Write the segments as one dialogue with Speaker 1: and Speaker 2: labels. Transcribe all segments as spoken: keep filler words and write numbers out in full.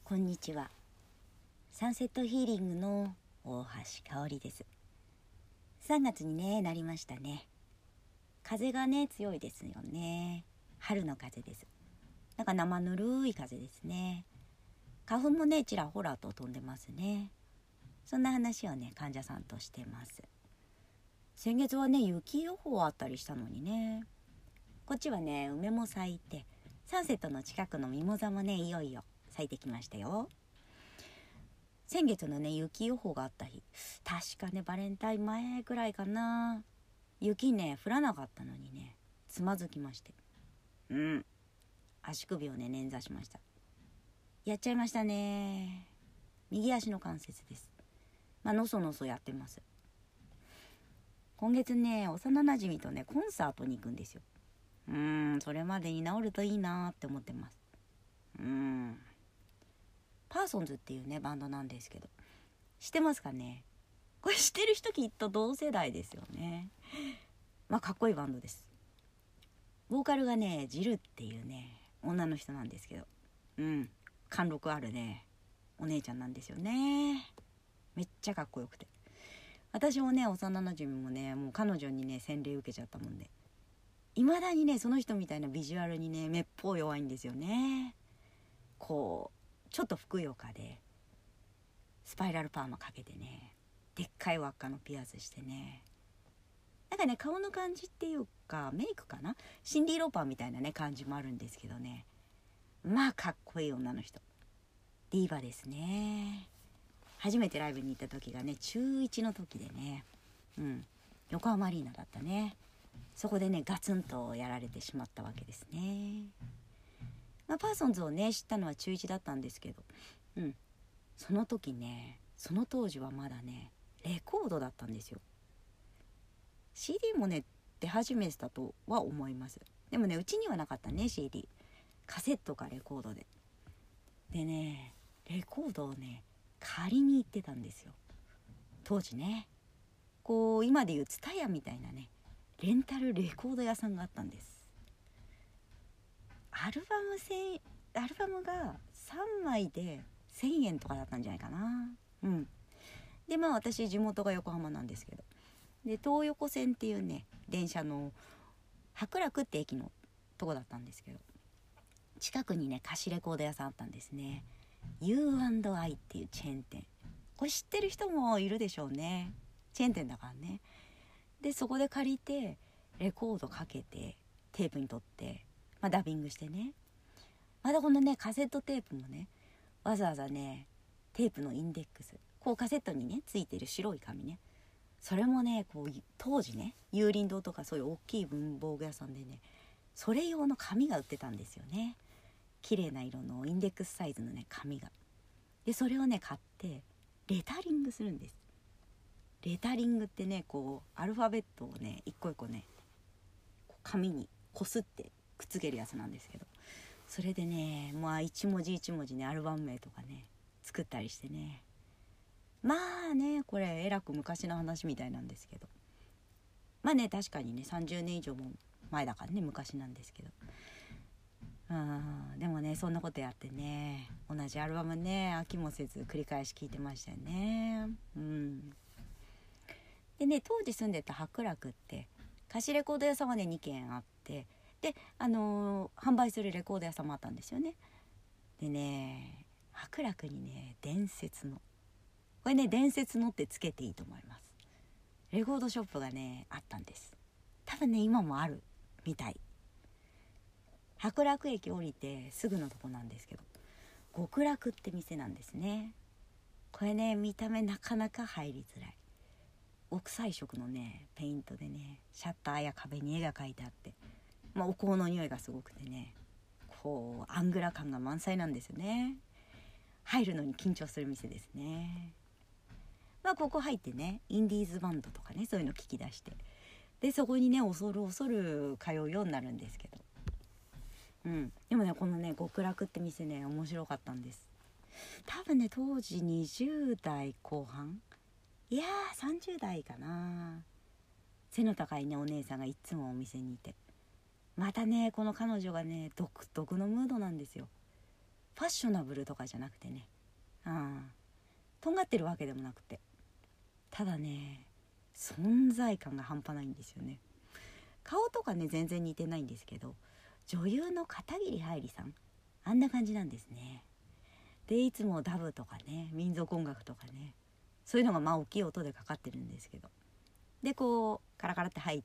Speaker 1: こんにちは。サンセットヒーリングの大橋香織です。さんがつにねなりましたね。風がね強いですよね。春の風です。なんか生ぬるい風ですね。花粉もねちらほらと飛んでますね。そんな話をね患者さんとしてます。先月はね雪予報あったりしたのにね。こっちはね梅も咲いて、サンセットの近くのミモザもねいよいよ咲いてきましたよ。先月のね雪予報があった日、確かねバレンタイン前ぐらいかな、雪ね降らなかったのにねつまずきまして、うん足首をね捻挫しました。やっちゃいましたね。右足の関節です。まあのそのそやってます。今月ね幼なじみとねコンサートに行くんですよ。うーんそれまでに治るといいなって思ってます。うーんパーソンズっていうねバンドなんですけど、知ってますかね。これ知ってる人きっと同世代ですよね。まあかっこいいバンドです。ボーカルがねジルっていうね女の人なんですけど、うん貫禄あるねお姉ちゃんなんですよね。めっちゃかっこよくて、私もね幼なじみもねもう彼女にね洗礼受けちゃったもんで、いまだにねその人みたいなビジュアルにねめっぽう弱いんですよね。こうちょっとふくよかでスパイラルパーマかけてね、でっかい輪っかのピアスしてね、なんかね顔の感じっていうかメイクかな、シンディ・ローパーみたいなね感じもあるんですけどね、まあかっこいい女の人、ディーバですね。初めてライブに行った時がねちゅういちの時でね、うん横浜アリーナだったね。そこでねガツンとやられてしまったわけですね。まあ、パーソンズをね知ったのはちゅういちだったんですけど、うんその時ねその当時はまだねレコードだったんですよ。 シーディー もね出始めてたとは思います。でもねうちにはなかったね シーディー、 カセットかレコードで。でねレコードをね借りに行ってたんですよ当時ね。こう今でいうツタヤみたいなねレンタルレコード屋さんがあったんです。アルバムせんアルバムがさんまいでせんえんとかだったんじゃないかな。うんでまあ私地元が横浜なんですけど、で東横線っていうね電車の白楽って駅のとこだったんですけど、近くにね貸しレコード屋さんあったんですね。 ユーアンドアイ っていうチェーン店、これ知ってる人もいるでしょうね。チェーン店だからね。でそこで借りてレコードかけてテープに取って、まあ、ダビングしてね、またこのねカセットテープもねわざわざねテープのインデックス、こうカセットにねついてる白い紙ね、それもねこう当時ね有林堂とかそういう大きい文房具屋さんでねそれ用の紙が売ってたんですよね。綺麗な色のインデックスサイズのね紙が。でそれをね買ってレタリングするんです。レタリングってねこうアルファベットをね一個一個ね紙にこすってくっつけるやつなんですけど、それでねまあ一文字一文字ねアルバム名とかね作ったりしてね、まあねこれえらく昔の話みたいなんですけど、まあね確かにねさんじゅうねん以上も前だからね昔なんですけど、うんでもねそんなことやってね同じアルバムね飽きもせず繰り返し聴いてましたよね。うんでね当時住んでた白楽って貸しレコード屋さんはねにけんあって、であのー、販売するレコード屋さんもあったんですよね。でね白楽にね伝説の、これね伝説のってつけていいと思います、レコードショップがねあったんです。多分ね今もあるみたい。白楽駅降りてすぐのとこなんですけど、極楽って店なんですね。これね見た目なかなか入りづらい奥彩色のねペイントでねシャッターや壁に絵が描いてあって、まあ、お香の匂いがすごくてねこうアングラ感が満載なんですよね。入るのに緊張する店ですね。まあここ入ってねインディーズバンドとかねそういうの聞き出して、でそこにね恐る恐る通うようになるんですけど、うんでもねこのね極楽って店ね面白かったんです。多分ね当時にじゅう代後半、いやーさんじゅう代かな、背の高いねお姉さんがいつもお店にいて、またねこの彼女がね独特のムードなんですよ。 ファッショナブルとかじゃなくてね、うん、とんがってるわけでもなくて、ただね存在感が半端ないんですよね。顔とかね全然似てないんですけど、女優の片桐はいりさん、あんな感じなんですね。でいつもダブとかね民族音楽とかね、そういうのがまあ大きい音でかかってるんですけど、でこうカラカラって入って、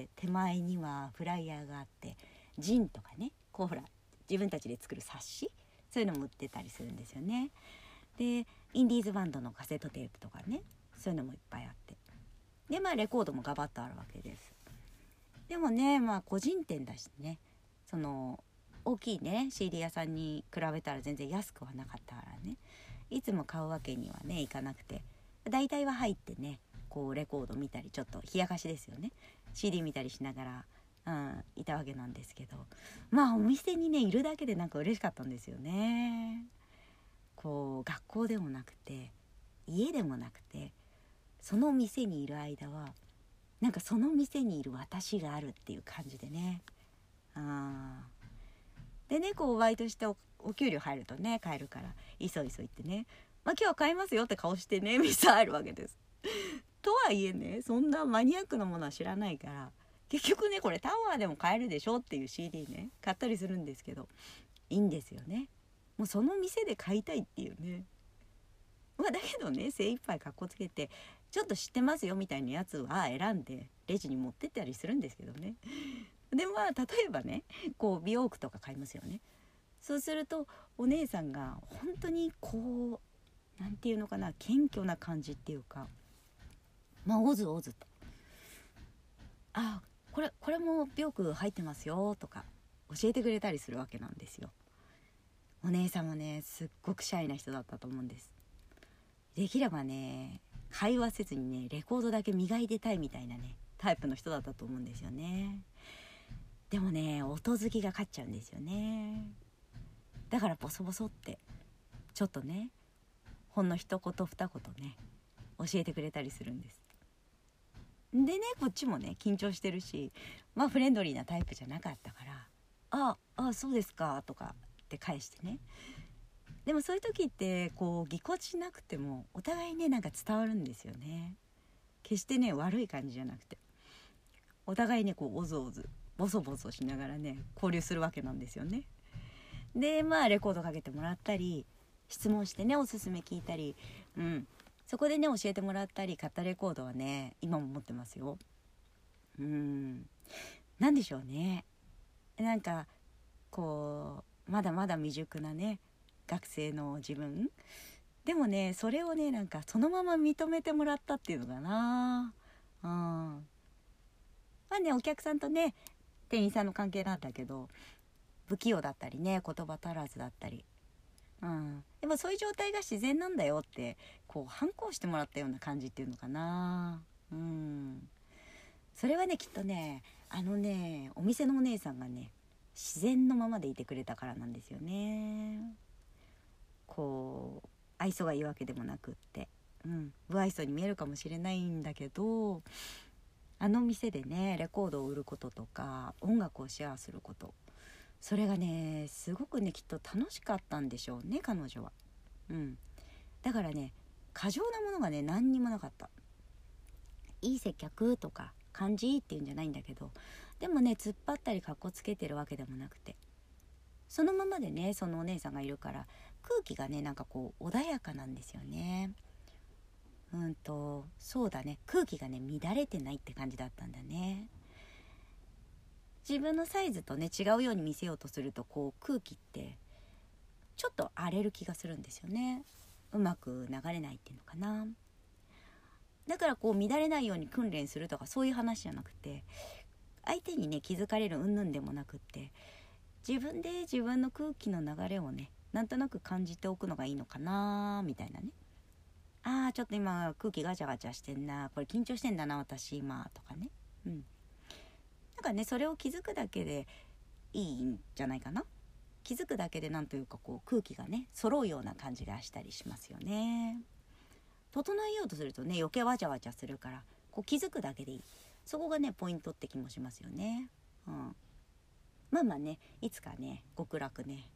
Speaker 1: 手前にはフライヤーがあって、ジンとかね、こうほら自分たちで作る冊子、そういうのも売ってたりするんですよね。でインディーズバンドのカセットテープとかね、そういうのもいっぱいあって、でまあレコードもガバッとあるわけです。でもねまあ個人店だしね、その大きいね シーディー 屋さんに比べたら全然安くはなかったからね、いつも買うわけにはねいかなくて、大体は入ってねこうレコード見たり、ちょっと冷やかしですよね、 シーディー 見たりしながら、うん、いたわけなんですけど、まあお店にねいるだけでなんか嬉しかったんですよね。こう学校でもなくて家でもなくて、その店にいる間はなんかその店にいる私があるっていう感じでね、あでねこうバイトしておお給料入るとね買えるから、いそいそ言ってね、まあ今日は買いますよって顔してね店入るわけです。とはいえねそんなマニアックなものは知らないから、結局ねこれタワーでも買えるでしょっていう シーディー ね買ったりするんですけど、いいんですよね。もうその店で買いたいっていうね。まあだけどね精一杯かっこつけて、ちょっと知ってますよみたいなやつは選んでレジに持ってったりするんですけどね。でまあ例えばねこう美容服とか買いますよね。そうするとお姉さんが本当にこうなんていうのかな、謙虚な感じっていうか、まあおずおずと、あこれこれも美容服入ってますよとか教えてくれたりするわけなんですよ。お姉さんもねすっごくシャイな人だったと思うんです。できればね会話せずにねレコードだけ磨いてたいみたいなねタイプの人だったと思うんですよね。でもね音好きが勝っちゃうんですよね。だからボソボソってちょっとねほんの一言二言ね教えてくれたりするんです。でねこっちもね緊張してるし、まあフレンドリーなタイプじゃなかったから、ああそうですかとかって返してね。でもそういう時ってこうぎこちしなくてもお互いねなんか伝わるんですよね。決してね悪い感じじゃなくて、お互いねこうおずおずボソボソしながらね交流するわけなんですよね。でまあレコードかけてもらったり、質問してねおすすめ聞いたり、うんそこでね教えてもらったり、買ったレコードはね今も持ってますよ。うんなんでしょうね、なんかこうまだまだ未熟なね学生の自分でもねそれをねなんかそのまま認めてもらったっていうのかな。うんまあねお客さんとね店員さんの関係なんだけど、不器用だったりね言葉足らずだったり、うん、でもそういう状態が自然なんだよってこう反抗してもらったような感じっていうのかな。うんそれはねきっとねあのねお店のお姉さんがね自然のままでいてくれたからなんですよね。こう愛想がいいわけでもなくって、うん、不愛想に見えるかもしれないんだけど、あの店でねレコードを売ることとか音楽をシェアすること、それがねすごくねきっと楽しかったんでしょうね彼女は。うんだからね過剰なものがね何にもなかった。いい接客とか感じっていうんじゃないんだけど、でもね突っ張ったりかっこつけてるわけでもなくて、そのままでねそのお姉さんがいるから空気がねなんかこう穏やかなんですよね。うんとそうだね空気がね乱れてないって感じだったんだね。自分のサイズとね違うように見せようとするとこう空気ってちょっと荒れる気がするんですよね。うまく流れないっていうのかな。だからこう乱れないように訓練するとかそういう話じゃなくて、相手にね気づかれる云々でもなくって、自分で自分の空気の流れをねなんとなく感じておくのがいいのかなみたいなね。あーちょっと今空気ガチャガチャしてんな、これ緊張してんだな私今とかね。うんなんかねそれを気づくだけでいいんじゃないかな。気づくだけでなんというかこう空気がね揃うような感じがしたりしますよね。整えようとするとね余計わちゃわちゃするから、こう気づくだけでいい、そこがねポイントって気もしますよね。うんまあまあねいつかね極楽ね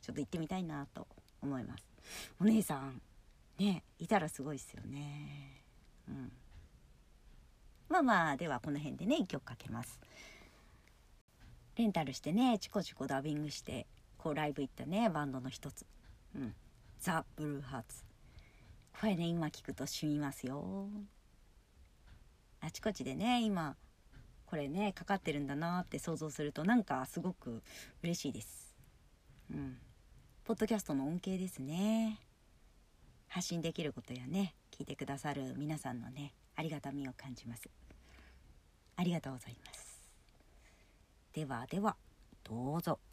Speaker 1: ちょっと行ってみたいなと思います。お姉さんねいたらすごいですよね。うん、まあまあではこの辺でねいっきょくかけます。レンタルしてねチコチコダビングしてこうライブ行ったねバンドの一つ、うん、ザ・ブルーハーツ。これね今聞くとしみますよ。あちこちでね今これねかかってるんだなって想像するとなんかすごく嬉しいです。うん、ポッドキャストの恩恵ですね。発信できることやね聞いてくださる皆さんのねありがたみを感じます。ありがとうございます。ではではどうぞ。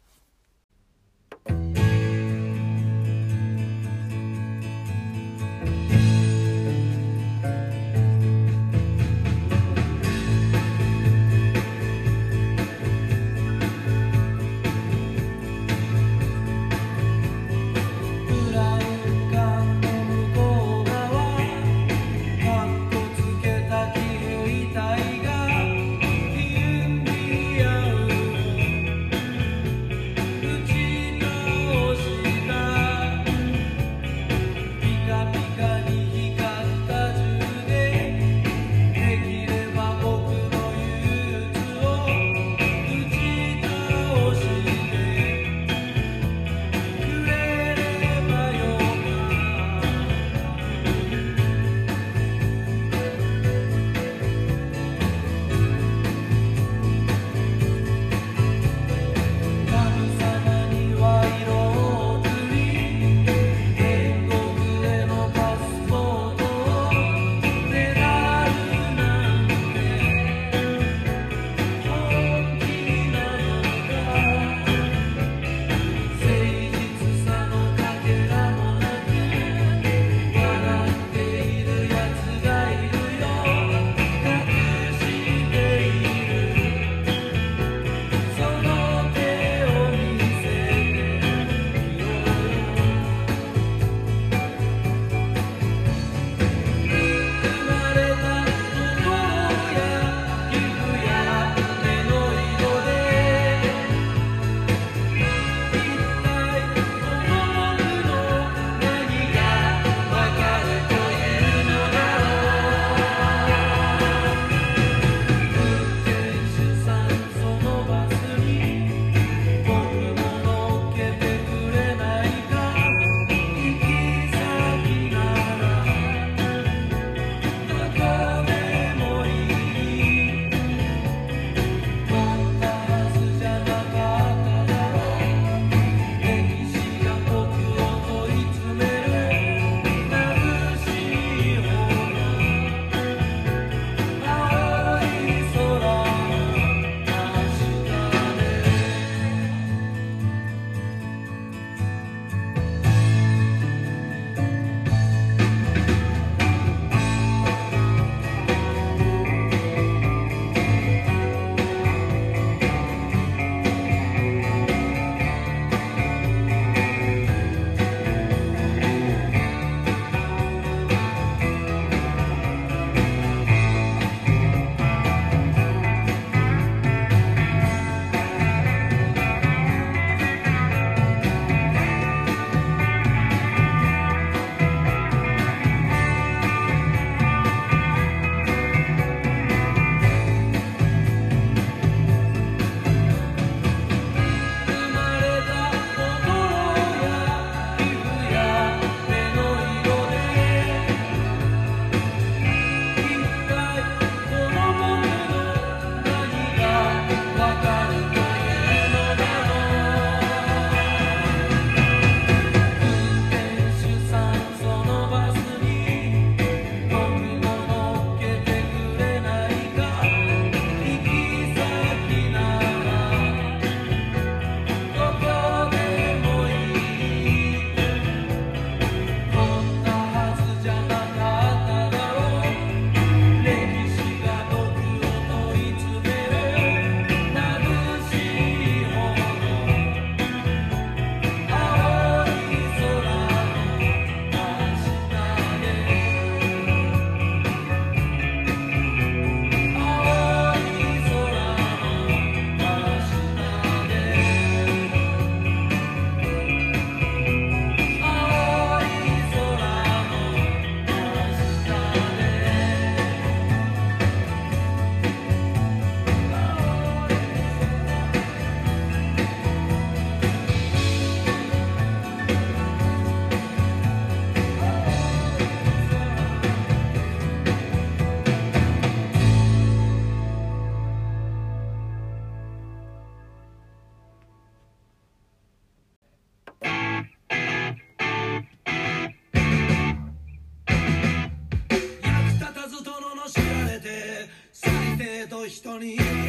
Speaker 2: 「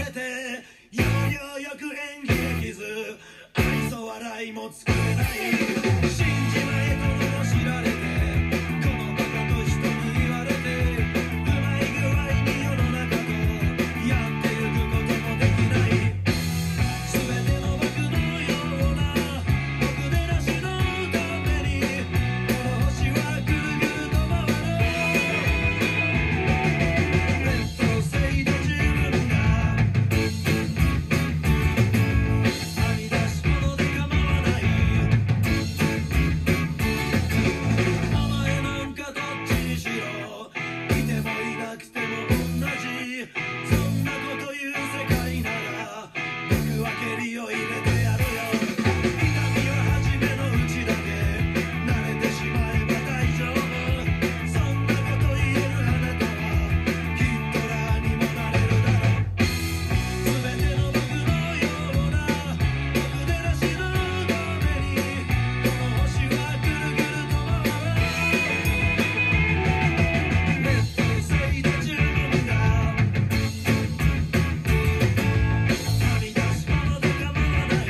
Speaker 2: れて要領よく演技できず愛想笑いも作れない死んじまえと罵られてこのバカと人に言われてうまい具合に世の中とやってゆくこともできない全ての僕のような僕でなしのためにこの星はぐるぐると回る劣等生で十分だはみ出し物で構わない名前なんかどっちにしろいてもいなくても同じそんなこと言う世界なら僕は蹴りを入れてやるよ痛みは初めのうちだけ慣れてしまえば大丈夫そんなこと言えるあなたはヒットラーにもなれるだろう全ての僕のような僕でなしのためにこの星はぐるぐると回る劣等生で十分だはみ出し物で構わない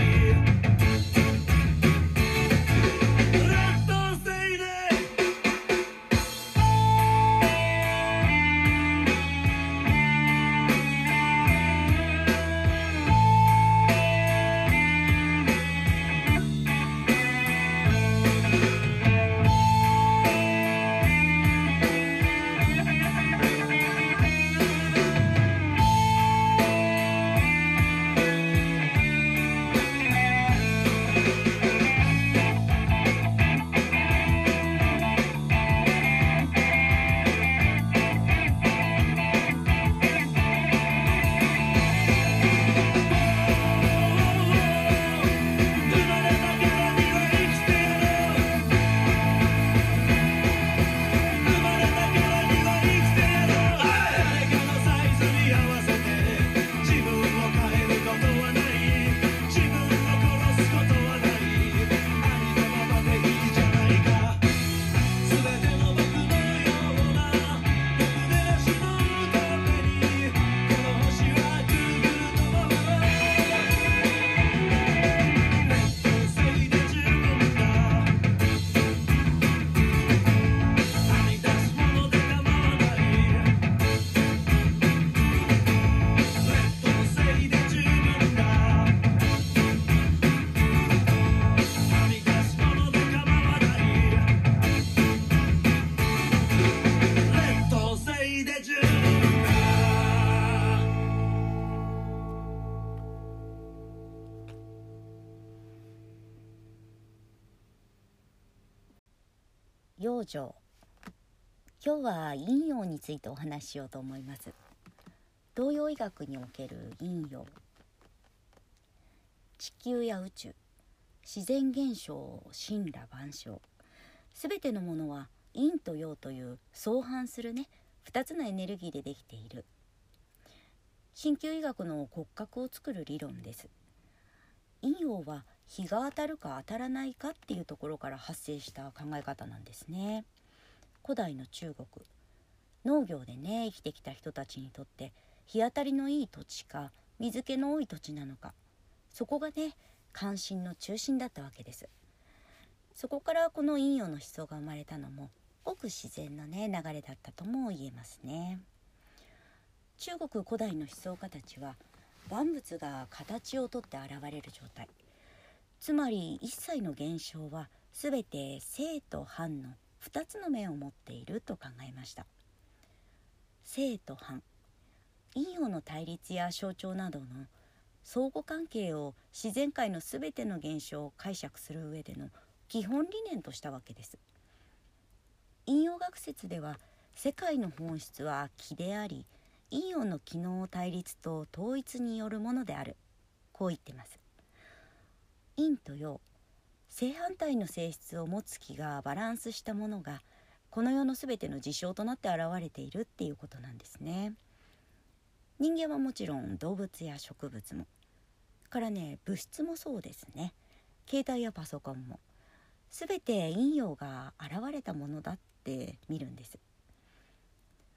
Speaker 2: 劣等生で
Speaker 1: 養生。今日は陰陽についてお話ししようと思います。東洋医学における陰陽、地球や宇宙、自然現象、神羅万象、すべてのものは陰と陽という相反するねふたつのエネルギーでできている鍼灸医学の骨格を作る理論です。陰陽は日が当たるか当たらないかっていうところから発生した考え方なんですね。古代の中国、農業でね生きてきた人たちにとって日当たりのいい土地か水気の多い土地なのか、そこがね関心の中心だったわけです。そこからこの陰陽の思想が生まれたのもごく自然のね流れだったとも言えますね。中国古代の思想家たちは万物が形をとって現れる状態、つまり一切の現象はすべて正と反のふたつの面を持っていると考えました。正と反、陰陽の対立や象徴などの相互関係を自然界のすべての現象を解釈する上での基本理念としたわけです。陰陽学説では世界の本質は気であり、陰陽の機能対立と統一によるものである、こう言ってます。陰と陽、正反対の性質を持つ気がバランスしたものがこの世のすべての事象となって現れているっていうことなんですね。人間はもちろん動物や植物もからね、物質もそうですね。携帯やパソコンもすべて陰陽が現れたものだって見るんです。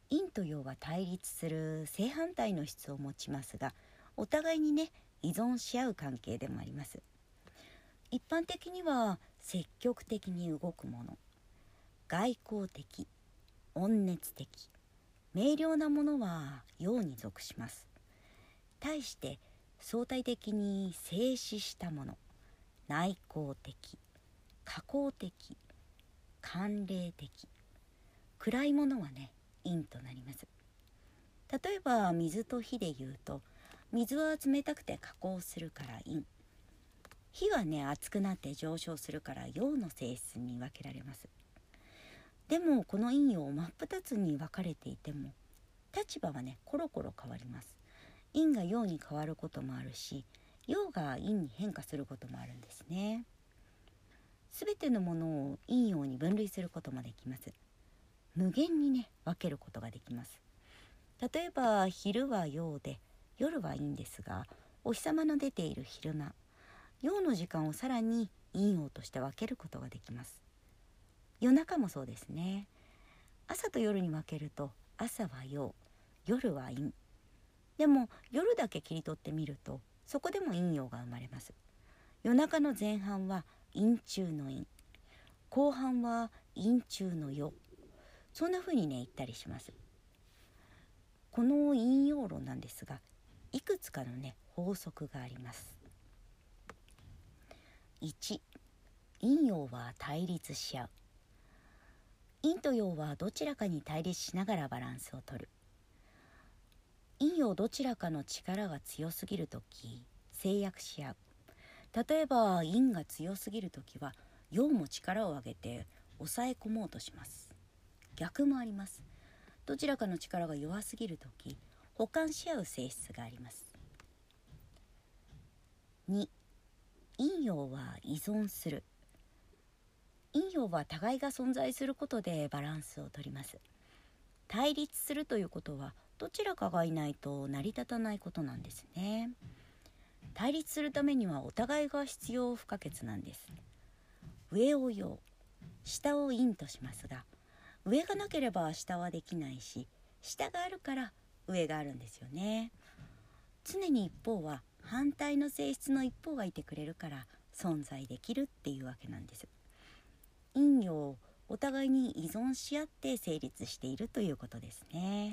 Speaker 1: 陰と陽は対立する正反対の質を持ちますが、お互いにね依存し合う関係でもあります。一般的には積極的に動くもの、外交的、温熱的、明瞭なものは陽に属します。対して相対的に静止したもの、内向的、下降的、寒冷的、暗いものはね陰となります。例えば水と火で言うと、水は冷たくて下降するから陰、火はね熱くなって上昇するから陽の性質に分けられます。でもこの陰陽真っ二つに分かれていても、立場はねコロコロ変わります。陰が陽に変わることもあるし、陽が陰に変化することもあるんですね。すべてのものを陰陽に分類することもできます。無限にね分けることができます。例えば昼は陽で夜は陰ですが、お日様の出ている昼間、陽の時間をさらに陰陽として分けることができます。夜中もそうですね。朝と夜に分けると、朝は陽、夜は陰。でも夜だけ切り取ってみると、そこでも陰陽が生まれます。夜中の前半は陰中の陰、後半は陰中の陽、そんな風にね言ったりします。この陰陽論なんですが、いくつかのね法則があります。いち、陰陽は対立し合う。陰と陽はどちらかに対立しながらバランスをとる。陰陽どちらかの力が強すぎるとき制約し合う。例えば陰が強すぎるときは陽も力を上げて抑え込もうとします。逆もあります。どちらかの力が弱すぎるとき補完し合う性質があります。に、陰陽は依存する。陰陽は互いが存在することでバランスをとります。対立するということはどちらかがいないと成り立たないことなんですね。対立するためにはお互いが必要不可欠なんです。上を陽、下を陰としますが、上がなければ下はできないし、下があるから上があるんですよね。常に一方は反対の性質の一方がいてくれるから存在できるっていうわけなんです。陰陽お互いに依存し合って成立しているということですね。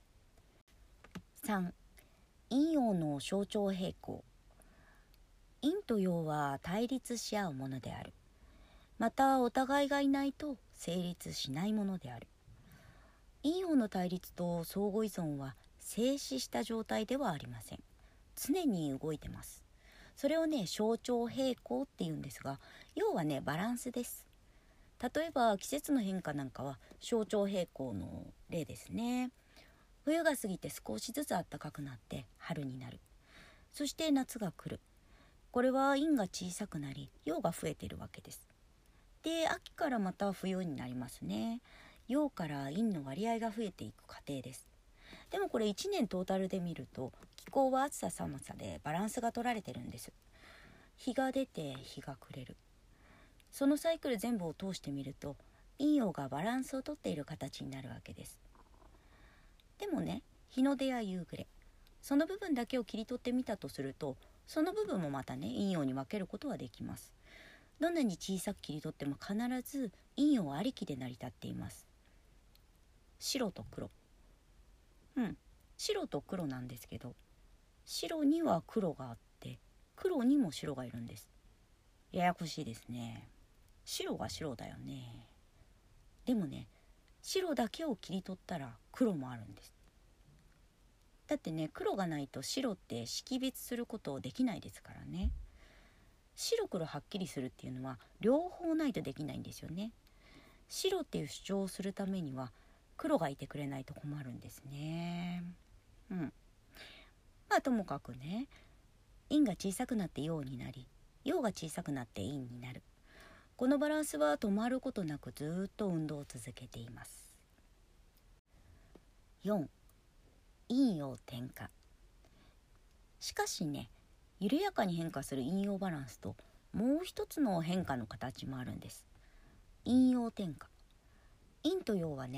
Speaker 1: さん、陰陽の象徴平衡。陰と陽は対立し合うものである。またお互いがいないと成立しないものである。陰陽の対立と相互依存は静止した状態ではありません。常に動いてます。それをね象徴平衡っていうんですが、要はねバランスです。例えば季節の変化なんかは象徴平衡の例ですね。冬が過ぎて少しずつ暖かくなって春になる。そして夏が来る。これは陰が小さくなり陽が増えているわけです。で、秋からまた冬になりますね。陽から陰の割合が増えていく過程です。でもこれいちねんトータルで見ると、気候は暑さ寒さでバランスが取られてるんです。日が出て日が暮れる。そのサイクル全部を通してみると、陰陽がバランスをとっている形になるわけです。でもね、日の出や夕暮れ、その部分だけを切り取ってみたとすると、その部分もまたね陰陽に分けることはできます。どんなに小さく切り取っても必ず陰陽ありきで成り立っています。白と黒、うん白と黒なんですけど、白には黒があって黒にも白がいるんです。ややこしいですね。白が白だよね。でもね、白だけを切り取ったら黒もあるんです。だってね、黒がないと白って識別することできないですからね。白黒はっきりするっていうのは両方ないとできないんですよね。白っていう主張をするためには黒がいてくれないと困るんですね。うんまあともかくね、陰が小さくなって陽になり、陽が小さくなって陰になる。このバランスは止まることなくずっと運動を続けています。よん、陰陽転化。しかしね、緩やかに変化する陰陽バランスともう一つの変化の形もあるんです。陰陽転化。陰と陽はね、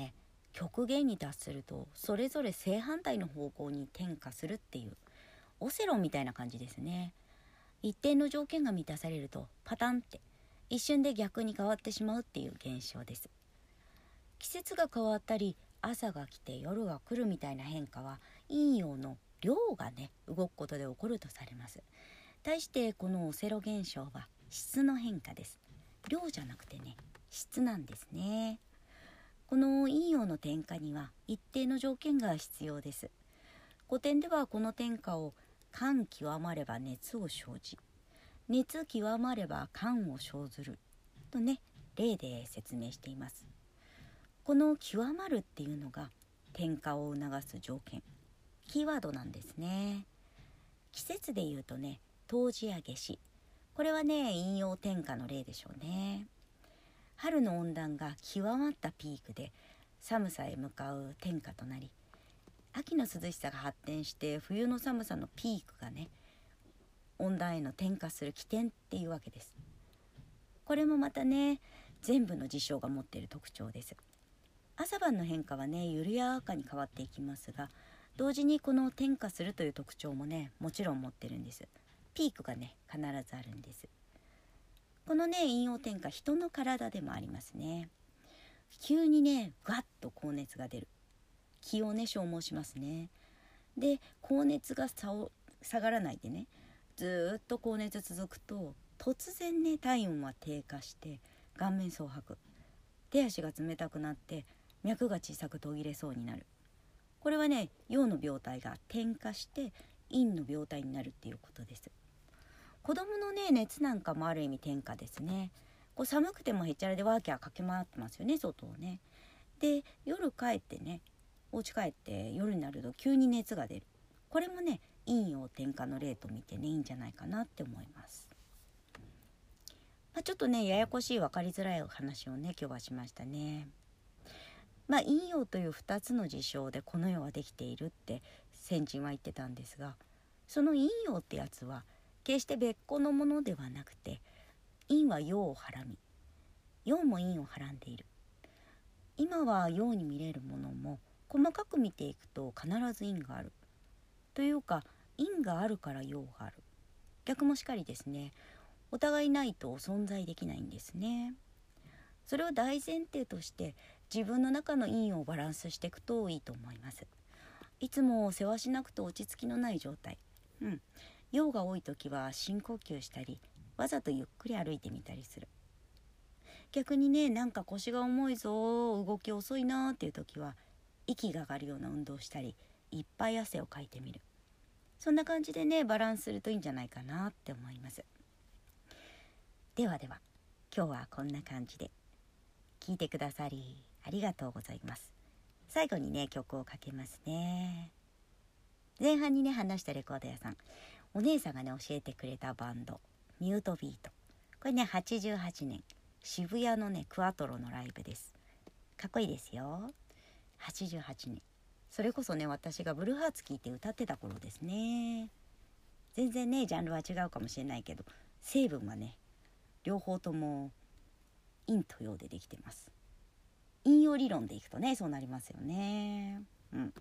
Speaker 1: 極限に達するとそれぞれ正反対の方向に転化するっていうオセロみたいな感じですね。一定の条件が満たされるとパタンって一瞬で逆に変わってしまうっていう現象です。季節が変わったり朝が来て夜が来るみたいな変化は陰陽の量がね動くことで起こるとされます。対してこのオセロ現象は質の変化です。量じゃなくてね質なんですね。この陰陽の転化には一定の条件が必要です。古典ではこの転化を寒極まれば熱を生じ、熱極まれば寒を生ずるとね例で説明しています。この極まるっていうのが転化を促す条件、キーワードなんですね。季節で言うとね冬至や夏至、これはね陰陽転化の例でしょうね。春の温暖が極まったピークで寒さへ向かう転化となり、秋の涼しさが発展して冬の寒さのピークがね温暖への転化する起点っていうわけです。これもまたね全部の事象が持っている特徴です。朝晩の変化はね緩やかに変わっていきますが、同時にこの転化するという特徴もねもちろん持ってるんです。ピークがね必ずあるんです。このね陰陽転化、人の体でもありますね。急にねガッと高熱が出る、気をね消耗しますね。で高熱が下がらないでねずっと高熱続くと突然ね体温は低下して顔面蒼白、手足が冷たくなって脈が小さく途切れそうになる。これはね陽の病態が転化して陰の病態になるっていうことです。子供のね熱なんかもある意味転化ですね。こう寒くてもへっちゃらでワーキャー駆け回ってますよね、外をね。で夜帰ってねお家帰って夜になると急に熱が出る。これもね陰陽転化の例と見てねいいんじゃないかなって思います。まあ、ちょっとねややこしい分かりづらいお話をね今日はしましたね。まあ陰陽というふたつの事象でこの世はできているって先人は言ってたんですが、その陰陽ってやつは決して別個のものではなくて、陰は陽をはらみ陽も陰をはらんでいる。今は陽に見れるものも細かく見ていくと必ず陰があるというか、陰があるから陽がある、逆もしかりですね。お互いないと存在できないんですね。それを大前提として自分の中の陰をバランスしていくといいと思います。いつも世話しなくて落ち着きのない状態、うん、陽が多い時は深呼吸したりわざとゆっくり歩いてみたりする。逆にねなんか腰が重いぞ、動き遅いなっていう時は息が上がるような運動をしたりいっぱい汗をかいてみる。そんな感じでねバランスするといいんじゃないかなって思います。ではでは今日はこんな感じで聞いてくださりありがとうございます。最後にね曲をかけますね。前半にね話したレコード屋さん、お姉さんがね教えてくれたバンドミュートビート、これねはちじゅうはちねん渋谷のねクアトロのライブです。かっこいいですよ。はちじゅうはちねん、それこそね私がブルーハーツ聴いて歌ってた頃ですね。全然ねジャンルは違うかもしれないけど成分はね両方とも陰と陽でできてます。陰陽理論でいくとねそうなりますよね。うん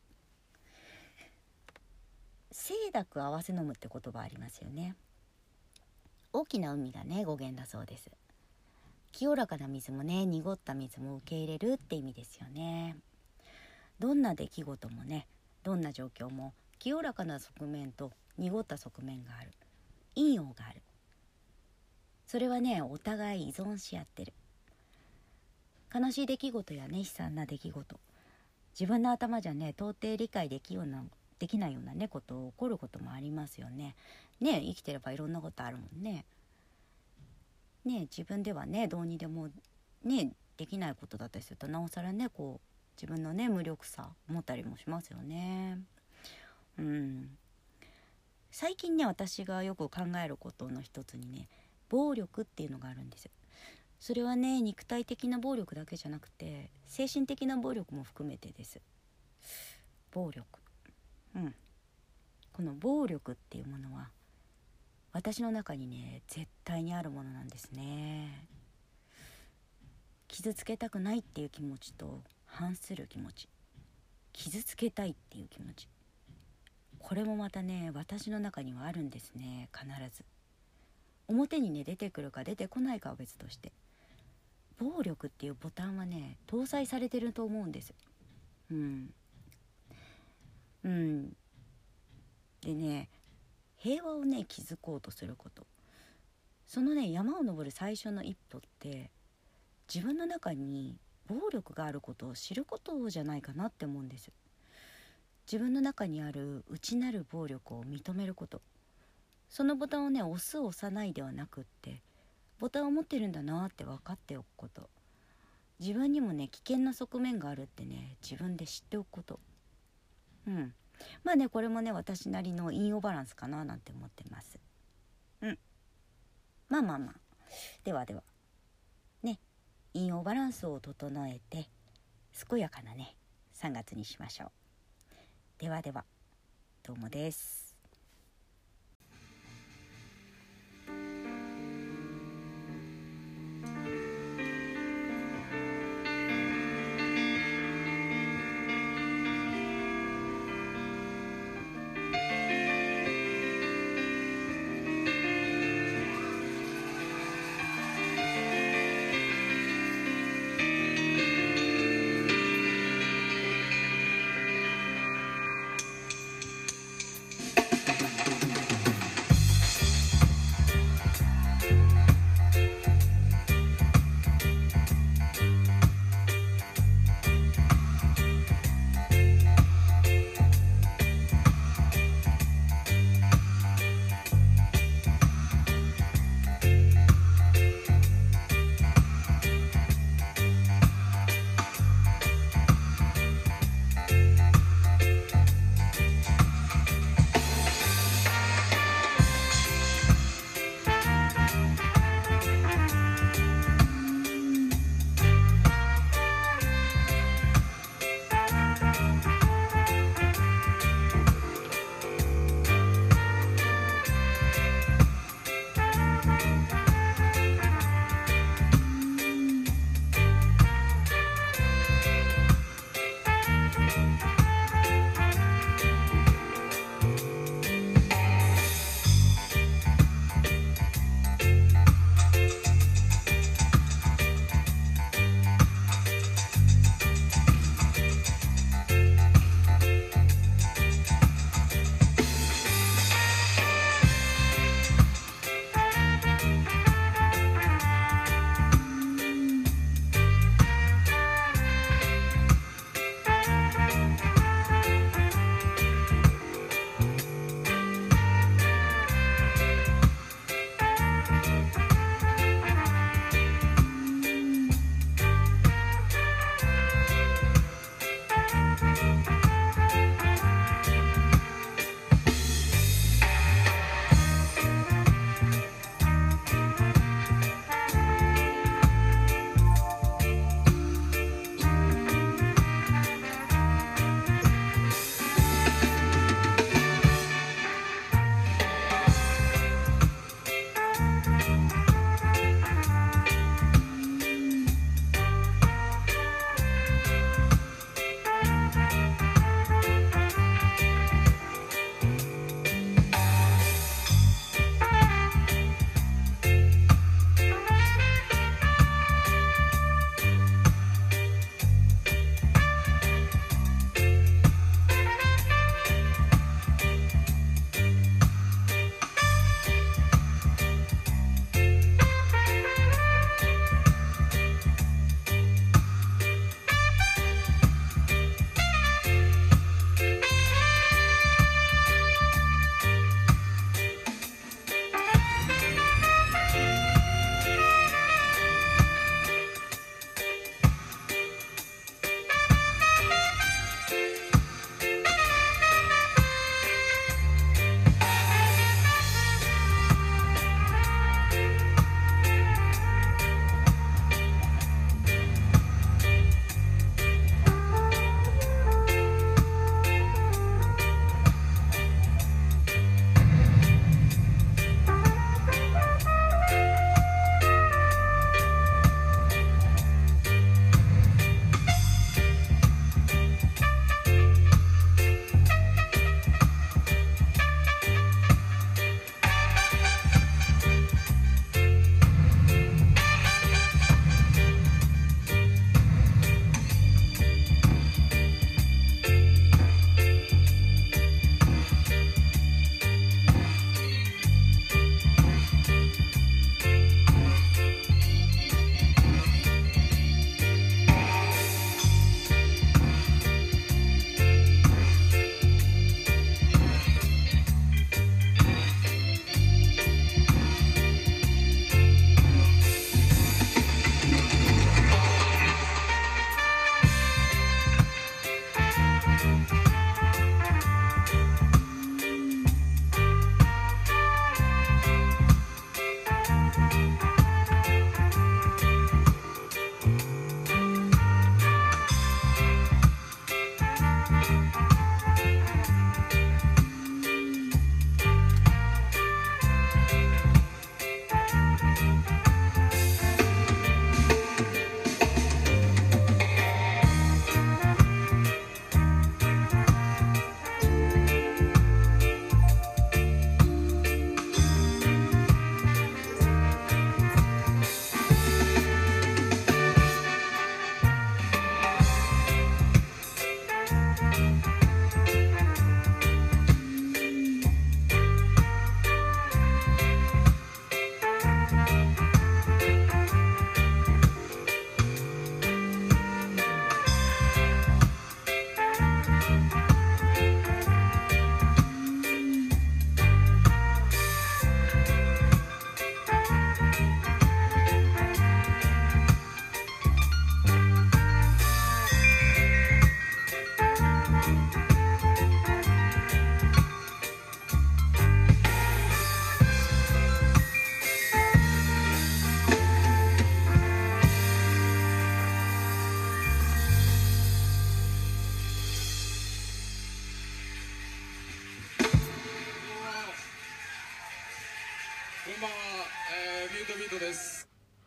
Speaker 1: 清濁合わせ飲むって言葉ありますよね。大きな海がね語源だそうです。清らかな水もね濁った水も受け入れるって意味ですよね。どんな出来事もねどんな状況も清らかな側面と濁った側面がある、陰陽がある。それはねお互い依存し合ってる。悲しい出来事やね悲惨な出来事、自分の頭じゃね到底理解できようなできないようなねこと起こることもありますよね。ね生きてればいろんなことあるもんね。ね自分ではねどうにでもねできないことだったりするとなおさらねこう自分のね無力さ思ったりもしますよね。うん最近ね私がよく考えることの一つにね暴力っていうのがあるんです。それはね肉体的な暴力だけじゃなくて精神的な暴力も含めてです。暴力、うんこの暴力っていうものは私の中にね絶対にあるものなんですね。傷つけたくないっていう気持ちと反する気持ち、傷つけたいっていう気持ち、これもまたね私の中にはあるんですね。必ず表にね出てくるか出てこないかは別として、暴力っていうボタンはね搭載されてると思うんです。うんうんでね、平和をね築こうとすること、そのね山を登る最初の一歩って自分の中に暴力があることを知ることじゃないかなって思うんです。自分の中にある内なる暴力を認めること、そのボタンをね押す押さないではなくって、ボタンを持ってるんだなって分かっておくこと、自分にもね危険な側面があるってね自分で知っておくこと。うんまあねこれもね私なりの陰陽バランスかななんて思ってます。うんまあまあまあではではね、陰陽バランスを整えて健やかなねさんがつにしましょう。ではではどうもです。